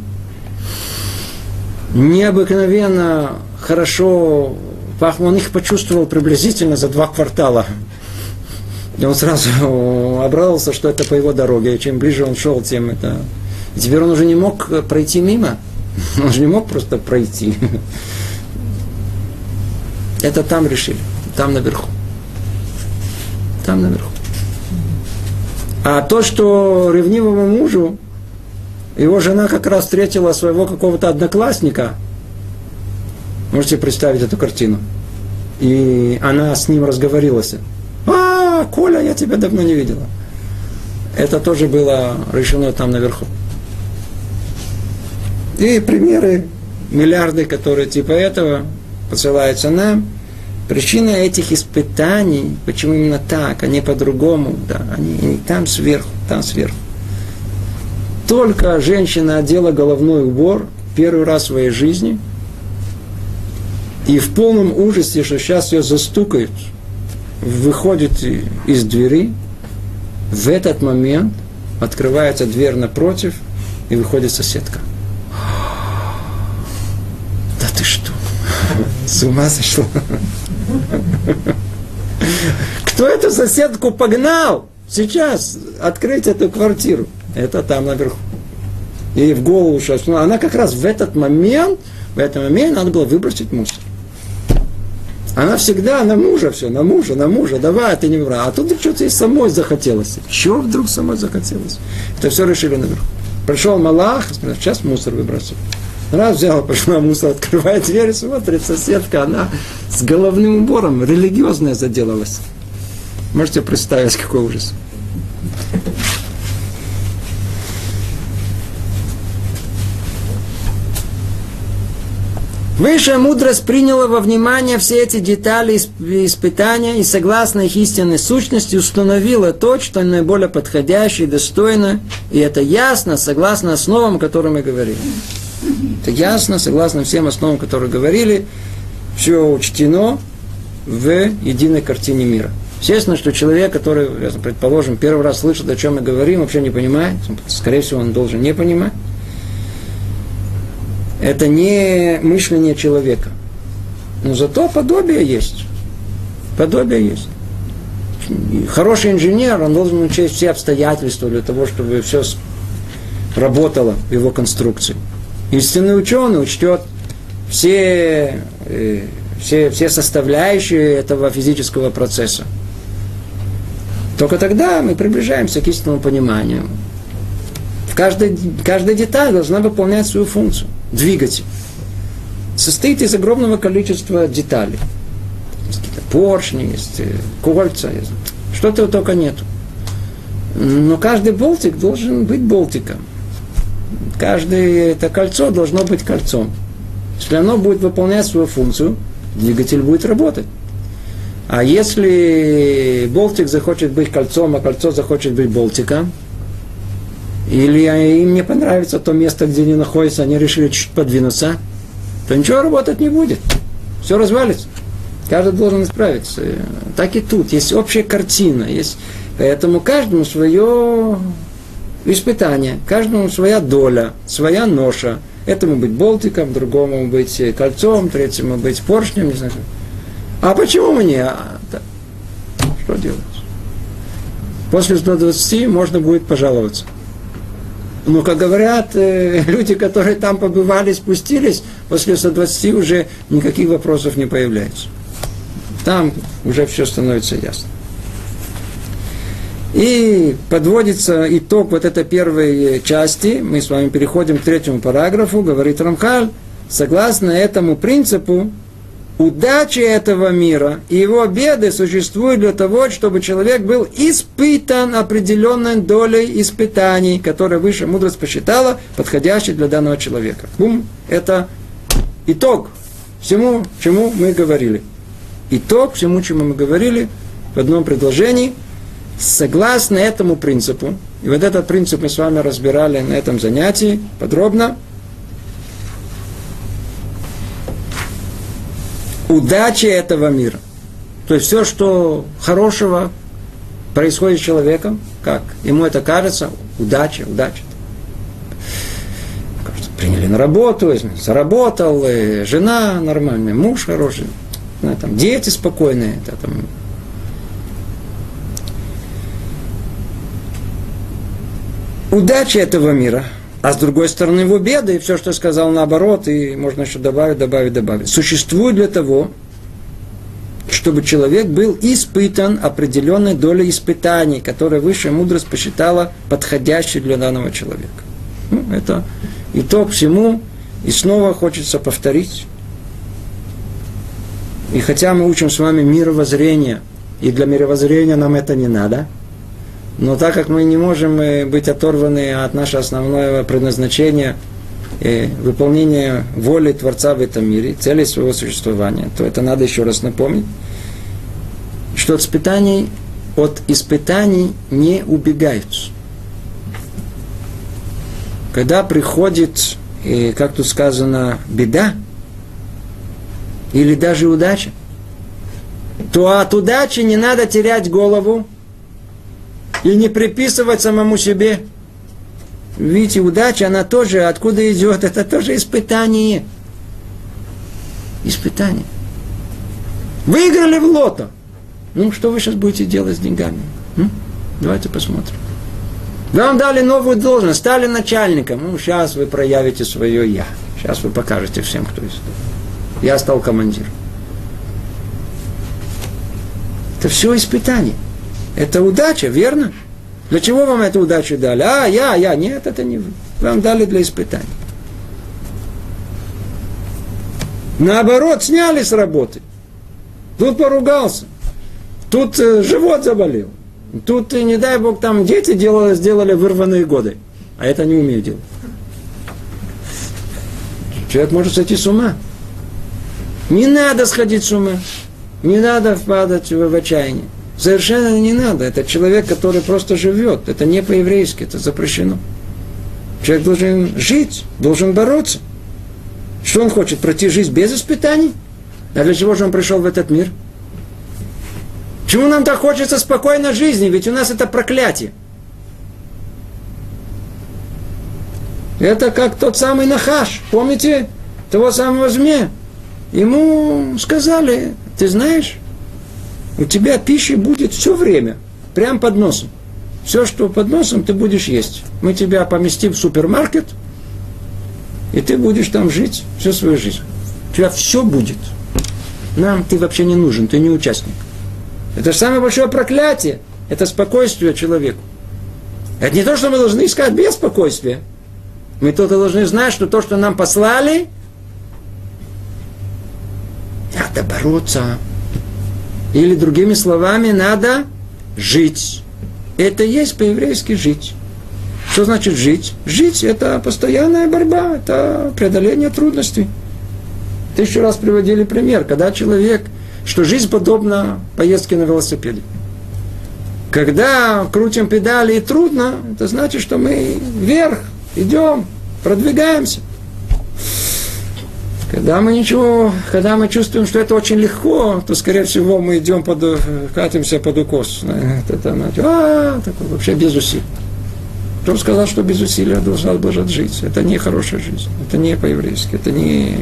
необыкновенно хорошо пахло, он их почувствовал приблизительно за 2 квартала. И он сразу обрадовался, что это по его дороге, и чем ближе он шел, тем это... И теперь он уже не мог пройти мимо. Он же не мог просто пройти. Это там решили. Там наверху. Там наверху. А то, что ревнивому мужу Его жена как раз встретила своего какого-то одноклассника. Можете представить эту картину? И она с ним разговорилась. Коля, я тебя давно не видела. Это тоже было решено там наверху. И примеры, миллиарды, которые типа этого посылаются нам. Причина этих испытаний, почему именно так, а не по-другому, да, они там сверху, там сверху. Только женщина одела головной убор первый раз в своей жизни, и в полном ужасе, что сейчас ее застукают, выходит из двери, в этот момент открывается дверь напротив, и выходит соседка. Да ты что? С ума сошла? Кто эту соседку погнал сейчас открыть эту квартиру? Это там наверху. Ей в голову сейчас. Она как раз в этот момент надо было выбросить мусор. Она всегда на мужа все, на мужа, давай, ты не выбрал. А тут что-то ей самой захотелось. Чего вдруг самой захотелось? Это все решили наверху. Пришел Малах, сказал, сейчас мусор выбросил. Раз взяла, пошла мусор, открывает дверь, смотрит, соседка, она с головным убором религиозная заделалась. Можете представить, какой ужас. Высшая мудрость приняла во внимание все эти детали испытания и, согласно их истинной сущности, установила то, что наиболее подходящее и достойно, и это ясно, согласно основам, о которых мы говорили. Это ясно, согласно всем основам, которые говорили, все учтено в единой картине мира. Естественно, что человек, который, предположим, первый раз слышит, о чем мы говорим, вообще не понимает, скорее всего, он должен не понимать. Это не мышление человека. Но зато подобие есть. Подобие есть. Хороший инженер, он должен учесть все обстоятельства для того, чтобы все работало в его конструкции. Истинный ученый учтет все составляющие этого физического процесса. Только тогда мы приближаемся к истинному пониманию. Каждая деталь должна выполнять свою функцию. Двигатель состоит из огромного количества деталей. Есть какие-то поршни, есть кольца, что-то только нету. Но каждый болтик должен быть болтиком. Каждое это кольцо должно быть кольцом. Если оно будет выполнять свою функцию, двигатель будет работать. А если болтик захочет быть кольцом, а кольцо захочет быть болтиком, или им не понравится то место, где они находятся, они решили чуть подвинуться, то ничего работать не будет. Все развалится. Каждый должен исправиться. Так и тут. Есть общая картина. Поэтому каждому свое испытание, каждому своя доля, своя ноша. Этому быть болтиком, другому быть кольцом, третьему быть поршнем. Не знаю. А почему мне? Что делать? После 120 можно будет пожаловаться. Но, как говорят, люди, которые там побывали, спустились, после 120 уже никаких вопросов не появляется. Там уже все становится ясно. И подводится итог вот этой первой части. Мы с вами переходим к 3 параграфу. Говорит Рамхаль, согласно этому принципу, удача этого мира и его беды существуют для того, чтобы человек был испытан определенной долей испытаний, которые высшая мудрость посчитала подходящей для данного человека. Бум! Это итог всему, чему мы говорили. Итог всему, чему мы говорили в одном предложении. Согласно этому принципу, и вот этот принцип мы с вами разбирали на этом занятии подробно, удача этого мира. То есть все, что хорошего происходит с человеком, как ему это кажется, удача. Кажется, приняли на работу, заработал, жена нормальная, муж хороший, там, дети спокойные. Там. Удача этого мира. А с другой стороны, его беды, и все, что я сказал, наоборот, и можно еще добавить, существует для того, чтобы человек был испытан определенной долей испытаний, которые высшая мудрость посчитала подходящей для данного человека. Это итог всему, и снова хочется повторить. И хотя мы учим с вами мировоззрение, и для мировоззрения нам это не надо, но так как мы не можем быть оторваны от нашего основного предназначения, выполнения воли Творца в этом мире, цели своего существования, то это надо еще раз напомнить, что от испытаний не убегают. Когда приходит, как тут сказано, беда, или даже удача, то от удачи не надо терять голову и не приписывать самому себе. Видите, удача, она тоже, откуда идет, это тоже испытание. Испытание. Выиграли в лото. Ну, что вы сейчас будете делать с деньгами? Давайте посмотрим. Вам дали новую должность, стали начальником. Ну, сейчас вы проявите свое «я». Сейчас вы покажете всем, кто есть. Я стал командиром. Это все испытание. Это удача, верно? Для чего вам эту удачу дали? Я. Нет, это не вы. Вам дали для испытания. Наоборот, сняли с работы. Тут поругался. Тут живот заболел. Тут, не дай Бог, там дети сделали вырванные годы. А это не умеют делать. Человек может сойти с ума. Не надо сходить с ума. Не надо впадать в отчаяние. Совершенно не надо. Это человек, который просто живет. Это не по-еврейски, это запрещено. Человек должен жить, должен бороться. Что он хочет? Пройти жизнь без испытаний? А для чего же он пришел в этот мир? Почему нам так хочется спокойной жизни? Ведь у нас это проклятие. Это как тот самый Нахаш. Помните? Того самого змея. Ему сказали, ты знаешь, у тебя пищи будет все время, прямо под носом. Все, что под носом, ты будешь есть. Мы тебя поместим в супермаркет, и ты будешь там жить всю свою жизнь. У тебя все будет. Нам ты вообще не нужен, ты не участник. Это же самое большое проклятие. Это спокойствие человеку. Это не то, что мы должны искать без спокойствия. Мы только должны знать, что то, что нам послали, надо бороться. Или, другими словами, надо жить. Это и есть по-еврейски жить. Что значит жить? Жить – это постоянная борьба, это преодоление трудностей. 1000 раз приводили пример, когда человек, что жизнь подобна поездке на велосипеде. Когда крутим педали и трудно, это значит, что мы вверх идем, продвигаемся. Когда мы чувствуем, что это очень легко, то, скорее всего, мы идем катимся под укос. Такой, вообще без усилий. Кто сказал, что без усилия должна жить? Это не хорошая жизнь. Это не по-еврейски. Это не...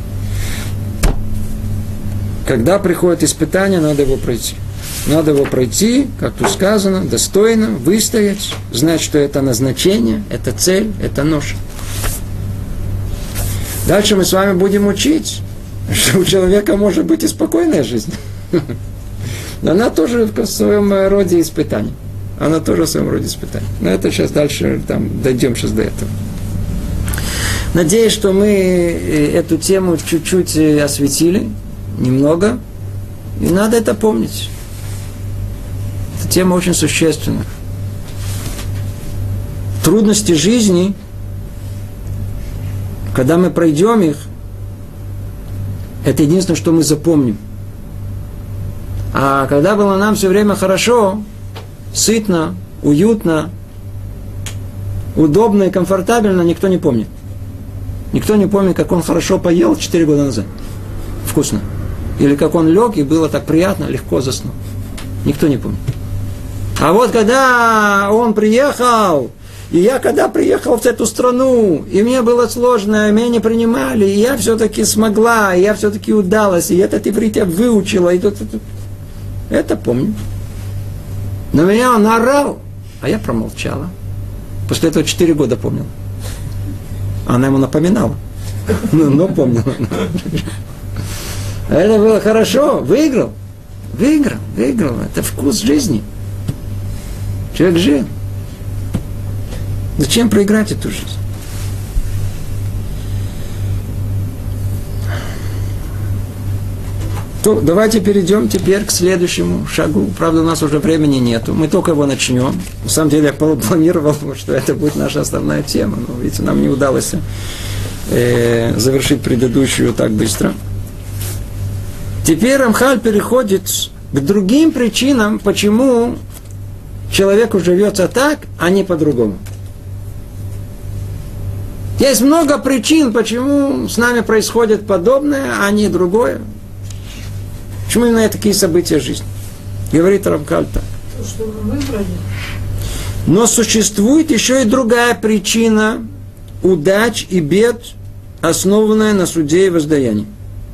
Когда приходит испытание, надо его пройти. Надо его пройти, как тут сказано, достойно, выстоять, знать, что это назначение, это цель, это ноша. Дальше мы с вами будем учить, что у человека может быть и спокойная жизнь. Она тоже в своем роде испытаний. Она тоже в своем роде испытаний. Но это сейчас дальше, дойдем сейчас до этого. Надеюсь, что мы эту тему чуть-чуть осветили, немного. И надо это помнить. Эта тема очень существенна. Трудности жизни, когда мы пройдем их, это единственное, что мы запомним. А когда было нам все время хорошо, сытно, уютно, удобно и комфортабельно, никто не помнит. Никто не помнит, как он хорошо поел 4 года назад. Вкусно. Или как он лег, и было так приятно, легко заснул. Никто не помнит. А вот когда он приехал, и я когда приехал в эту страну, и мне было сложно, и меня не принимали, и я все-таки смогла, и я все-таки удалась, и этот иврит я выучила, и тут. Это помню. Но меня он орал, а я промолчала. После этого 4 года помнил. Она ему напоминала. Но помнила. Это было хорошо. Выиграл. Это вкус жизни. Человек жил. Зачем проиграть эту жизнь? То давайте перейдем теперь к следующему шагу. Правда, у нас уже времени нету. Мы только его начнем. На самом деле, я планировал, что это будет наша основная тема. Но, видите, нам не удалось завершить предыдущую так быстро. Теперь Рамхаль переходит к другим причинам, почему человеку живется так, а не по-другому. Есть много причин, почему с нами происходит подобное, а не другое. Почему именно такие события жизни? Говорит Рамхаль так. То, что мы выбрали. Но существует еще и другая причина удач и бед, основанная на суде и воздаянии.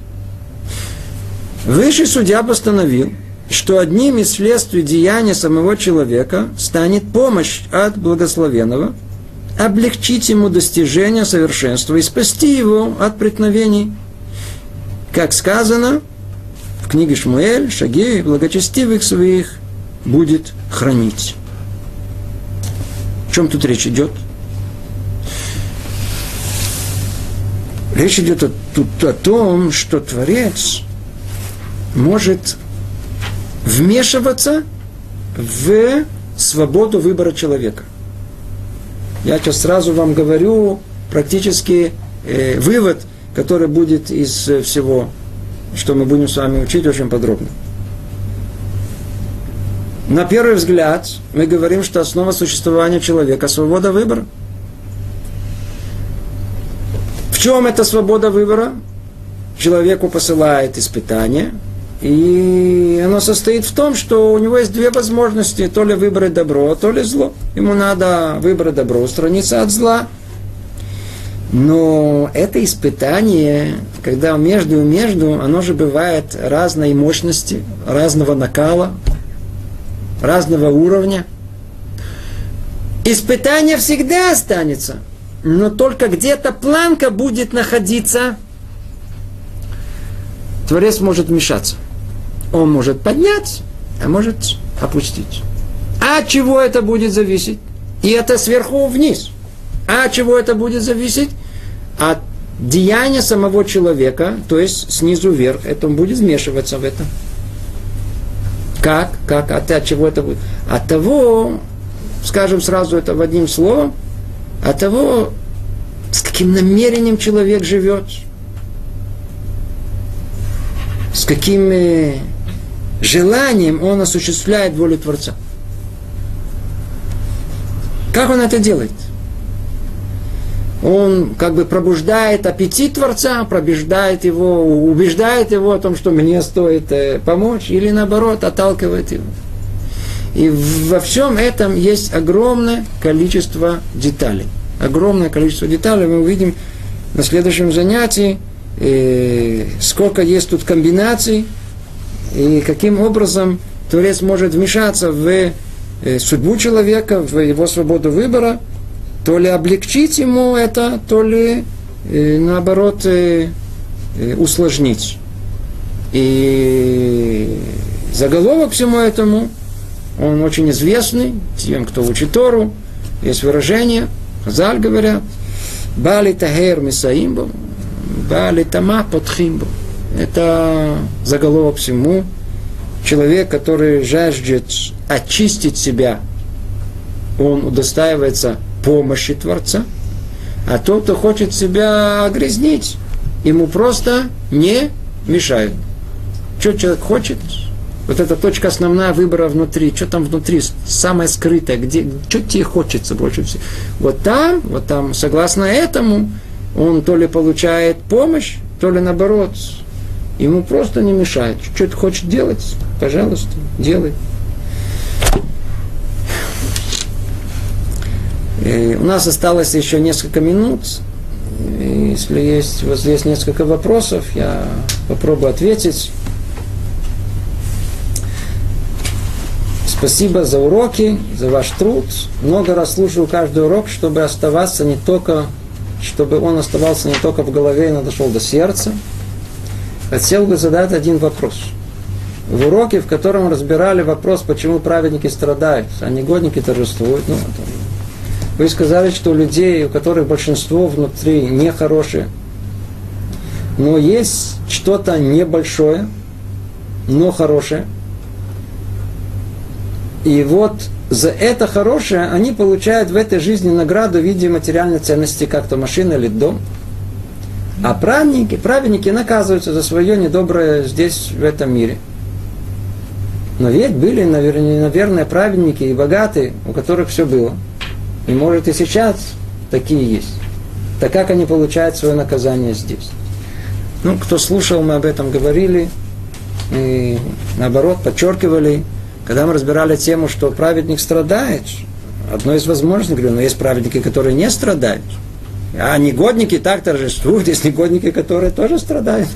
Высший судья постановил, что одним из следствий деяния самого человека станет помощь от благословенного, облегчить ему достижение совершенства и спасти его от преткновений. Как сказано в книге Шмуэль, Шагей, благочестивых своих будет хранить. О чем тут речь идет? Речь идет тут о том, что Творец может вмешиваться в свободу выбора человека. Я сейчас сразу вам говорю практически вывод, который будет из всего, что мы будем с вами учить очень подробно. На первый взгляд мы говорим, что основа существования человека – свобода выбора. В чем эта свобода выбора? Человеку посылает испытание, и оно состоит в том, что у него есть две возможности: то ли выбрать добро, то ли зло. Ему надо выбрать добро, устраниться от зла. Но это испытание, когда между, оно же бывает разной мощности, разного накала, разного уровня. Испытание всегда останется, но только где-то планка будет находиться. Творец может вмешаться. Он может поднять, а может опустить. А от чего это будет зависеть? И это сверху вниз. А от чего это будет зависеть? От деяния самого человека, то есть снизу вверх. Это он будет вмешиваться в это. Как? От чего это будет? От того, скажем сразу это в одним словом, от того, с каким намерением человек живет, с каким желанием он осуществляет волю Творца. Как он это делает? Он как бы пробуждает аппетит Творца, убеждает его о том, что мне стоит помочь, или наоборот, отталкивает его. И во всем этом есть огромное количество деталей. Огромное количество деталей. Мы увидим на следующем занятии, сколько есть тут комбинаций, и каким образом Творец может вмешаться в судьбу человека, в его свободу выбора, то ли облегчить ему это, то ли наоборот усложнить. И заголовок всему этому, он очень известный тем, кто учит Тору. Есть выражение, Хазаль говорят, «Бали тагер мисаимбо, бали тама потхимбо». Это заголовок всему. Человек, который жаждет очистить себя, он удостаивается помощи Творца. А тот, кто хочет себя огрязнить, ему просто не мешают. Что человек хочет, вот эта точка основная выбора внутри, что там внутри, самое скрытое, что тебе хочется больше всего. Вот там, согласно этому, он то ли получает помощь, то ли наоборот, ему просто не мешает. Что ты хочешь делать, пожалуйста, делай. У нас осталось еще несколько минут. Если есть вот здесь несколько вопросов, я попробую ответить. Спасибо за уроки, за ваш труд. Много раз слушаю каждый урок, чтобы он оставался не только в голове, но дошел до сердца. Хотел бы задать один вопрос. В уроке, в котором разбирали вопрос, почему праведники страдают, а негодники торжествуют, вы сказали, что у людей, у которых большинство внутри нехорошие, но есть что-то небольшое, но хорошее. И вот за это хорошее они получают в этой жизни награду в виде материальной ценности, как то машина или дом. А праведники наказываются за свое недоброе здесь, в этом мире. Но ведь были, наверное, праведники и богатые, у которых все было. И может и сейчас такие есть. Так как они получают свое наказание здесь? Ну, кто слушал, мы об этом говорили. И наоборот, подчеркивали, когда мы разбирали тему, что праведник страдает. Одно из возможностей, говорю, но есть праведники, которые не страдают. А негодники так торжествуют, есть негодники, которые тоже страдают.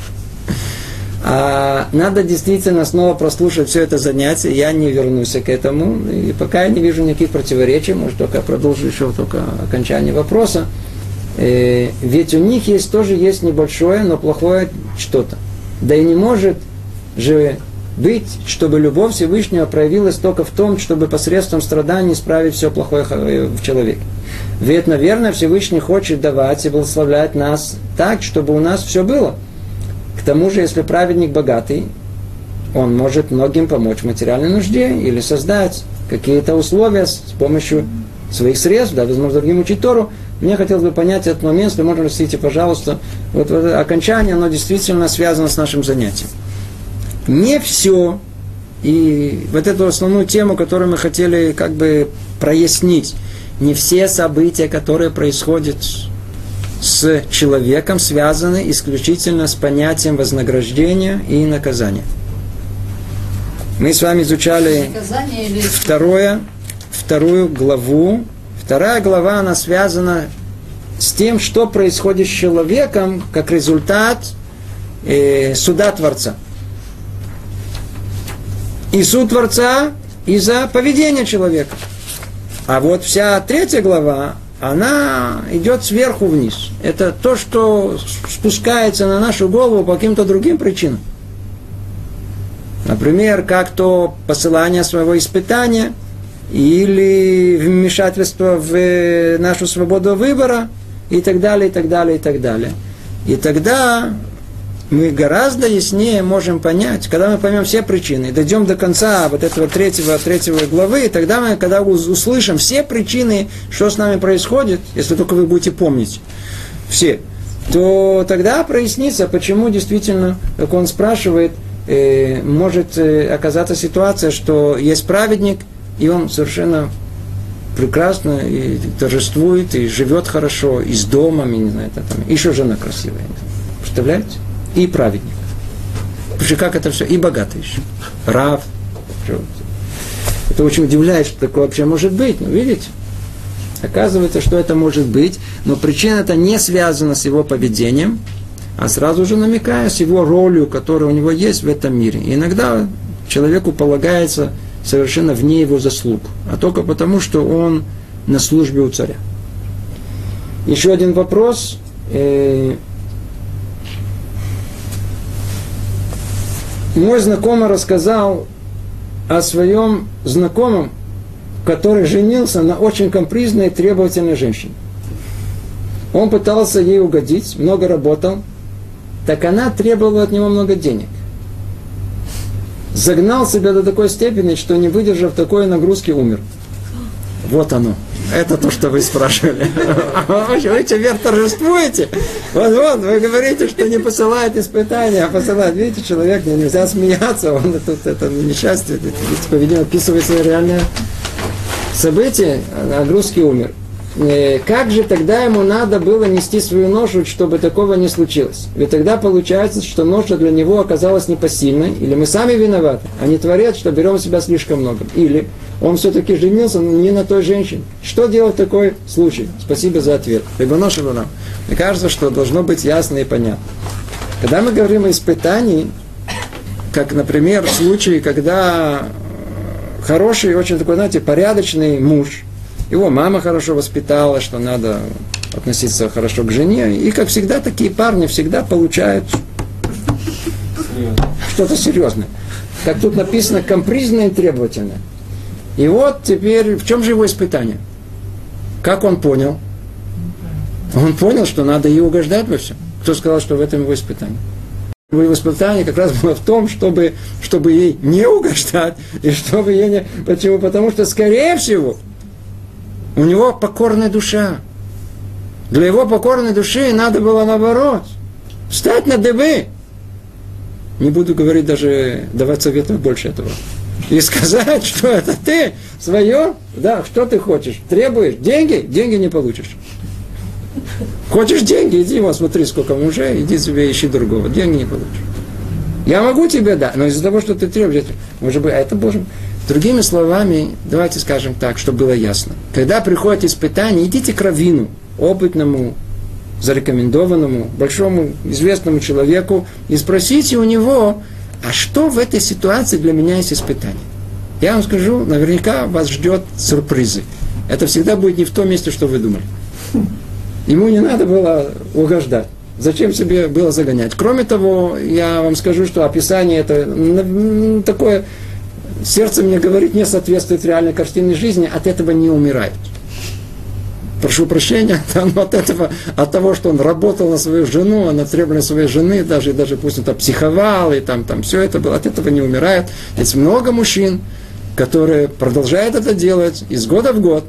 А надо действительно снова прослушать все это занятие. Я не вернусь к этому. И пока я не вижу никаких противоречий, может, только продолжу еще только окончание вопроса. Ведь у них есть тоже есть небольшое, но плохое что-то. Да и не может же быть, чтобы любовь Всевышнего проявилась только в том, чтобы посредством страданий исправить все плохое в человеке. Ведь, наверное, Всевышний хочет давать и благословлять нас так, чтобы у нас все было. К тому же, если праведник богатый, он может многим помочь в материальной нужде или создать какие-то условия с помощью своих средств, да, возможно, другим учить Тору. Мне хотелось бы понять этот момент, если можно, простите, пожалуйста. Вот окончание, оно действительно связано с нашим занятием. Не все, и вот эту основную тему, которую мы хотели как бы прояснить, не все события, которые происходят с человеком, связаны исключительно с понятием вознаграждения и наказания. Мы с вами изучали вторую главу. Вторая глава, она связана с тем, что происходит с человеком, как результат суда Творца. И суд Творца из-за поведения человека. А вот вся третья глава, она идет сверху вниз. Это то, что спускается на нашу голову по каким-то другим причинам. Например, как то посылание своего испытания, или вмешательство в нашу свободу выбора, и так далее, и так далее, и так далее. И тогда мы гораздо яснее можем понять, когда мы поймем все причины, дойдем до конца вот этого третьего главы, и тогда мы, когда услышим все причины, что с нами происходит, если только вы будете помнить все, то тогда прояснится, почему действительно, как он спрашивает, может оказаться ситуация, что есть праведник, и он совершенно прекрасно и торжествует, и живет хорошо, и с домом, и не знаю, там, еще жена красивая. Представляете? И праведник. Потому что как это все? И богатый еще. Рав. Это очень удивляет, что такое вообще может быть. Ну, видите? Оказывается, что это может быть, но причина это не связана с его поведением, а сразу же намекая с его ролью, которая у него есть в этом мире. И иногда человеку полагается совершенно вне его заслуг, а только потому, что он на службе у царя. Еще один вопрос. Мой знакомый рассказал о своем знакомом, который женился на очень капризной и требовательной женщине. Он пытался ей угодить, много работал, так она требовала от него много денег. Загнал себя до такой степени, что, не выдержав такой нагрузки, умер. Вот оно. Это то, что вы спрашивали. Вы теперь торжествуете? Вот, вы говорите, что не посылает испытания, а посылает. Видите, человек, нельзя смеяться, он тут это несчастье, видимо, описывается реальное событие, нагрузки умер. Как же тогда ему надо было нести свою ношу, чтобы такого не случилось? Ведь тогда получается, что ноша для него оказалась непосильной, или мы сами виноваты, а не Творец, что берем в себя слишком много. Или он все-таки женился не на той женщине. Что делать в такой случай? Спасибо за ответ. Рибоно шель олам. Мне кажется, что должно быть ясно и понятно. Когда мы говорим о испытании, как, например, в случае, когда хороший, очень такой, знаете, порядочный муж, его мама хорошо воспитала, что надо относиться хорошо к жене. И, как всегда, такие парни всегда получают что-то серьезное. Как тут написано, капризное и требовательное. И вот теперь, в чем же его испытание? Как он понял? Он понял, что надо ей угождать во всем. Кто сказал, что в этом его испытание? Его испытание как раз было в том, чтобы ей не угождать, и чтобы ей не... Почему? Потому что, скорее всего, у него покорная душа. Для его покорной души надо было, наоборот, встать на дыбы. Не буду говорить даже, давать советов больше этого. И сказать, что это ты свое, да, что ты хочешь, требуешь деньги, деньги не получишь. Хочешь деньги, иди, вот смотри, сколько мужей, иди себе ищи другого, деньги не получишь. Я могу тебе дать, но из-за того, что ты требуешь, может быть, а это Боже. Другими словами, давайте скажем так, чтобы было ясно. Когда приходит испытание, идите к раввину, опытному, зарекомендованному, большому, известному человеку, и спросите у него, а что в этой ситуации для меня есть испытание? Я вам скажу, наверняка вас ждет сюрпризы. Это всегда будет не в том месте, что вы думали. Ему не надо было угождать. Зачем себе было загонять? Кроме того, я вам скажу, что описание это такое, сердце мне говорит, не соответствует реальной картине жизни, от этого не умирает. Прошу прощения, от этого, от того, что он работал на свою жену, на требования своей жены, даже пусть он там психовал, и там все это было, от этого не умирает. Есть много мужчин, которые продолжают это делать из года в год.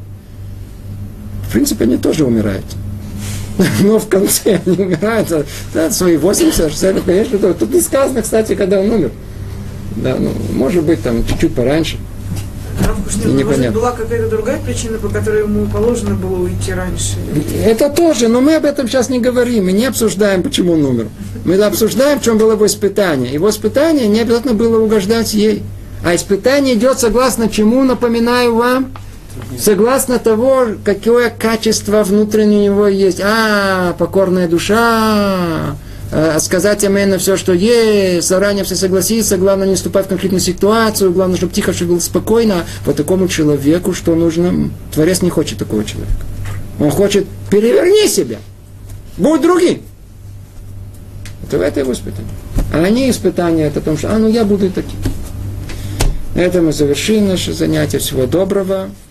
В принципе, они тоже умирают. Но в конце они умирают, да, свои 80, 60, конечно, тут не сказано, кстати, когда он умер. Да, ну, может быть, там чуть-чуть пораньше. Может, была какая-то другая причина, по которой ему положено было уйти раньше? Это тоже, но мы об этом сейчас не говорим, мы не обсуждаем, почему он умер. Мы обсуждаем, в чем было его испытание. Его испытание не обязательно было угождать ей. А испытание идет согласно чему, напоминаю вам? Согласно того, какое качество внутреннее у него есть. Покорная душа, сказать амен на все, что есть, заранее все согласиться, главное не вступать в конфликтную ситуацию, главное, чтобы тихо, чтобы было спокойно. Вот такому человеку, что нужно? Творец не хочет такого человека. Он хочет, переверни себя, будь другим. Это его испытание. А они испытания, это о том, что, я буду и таким. На этом мы завершим наше занятие. Всего доброго.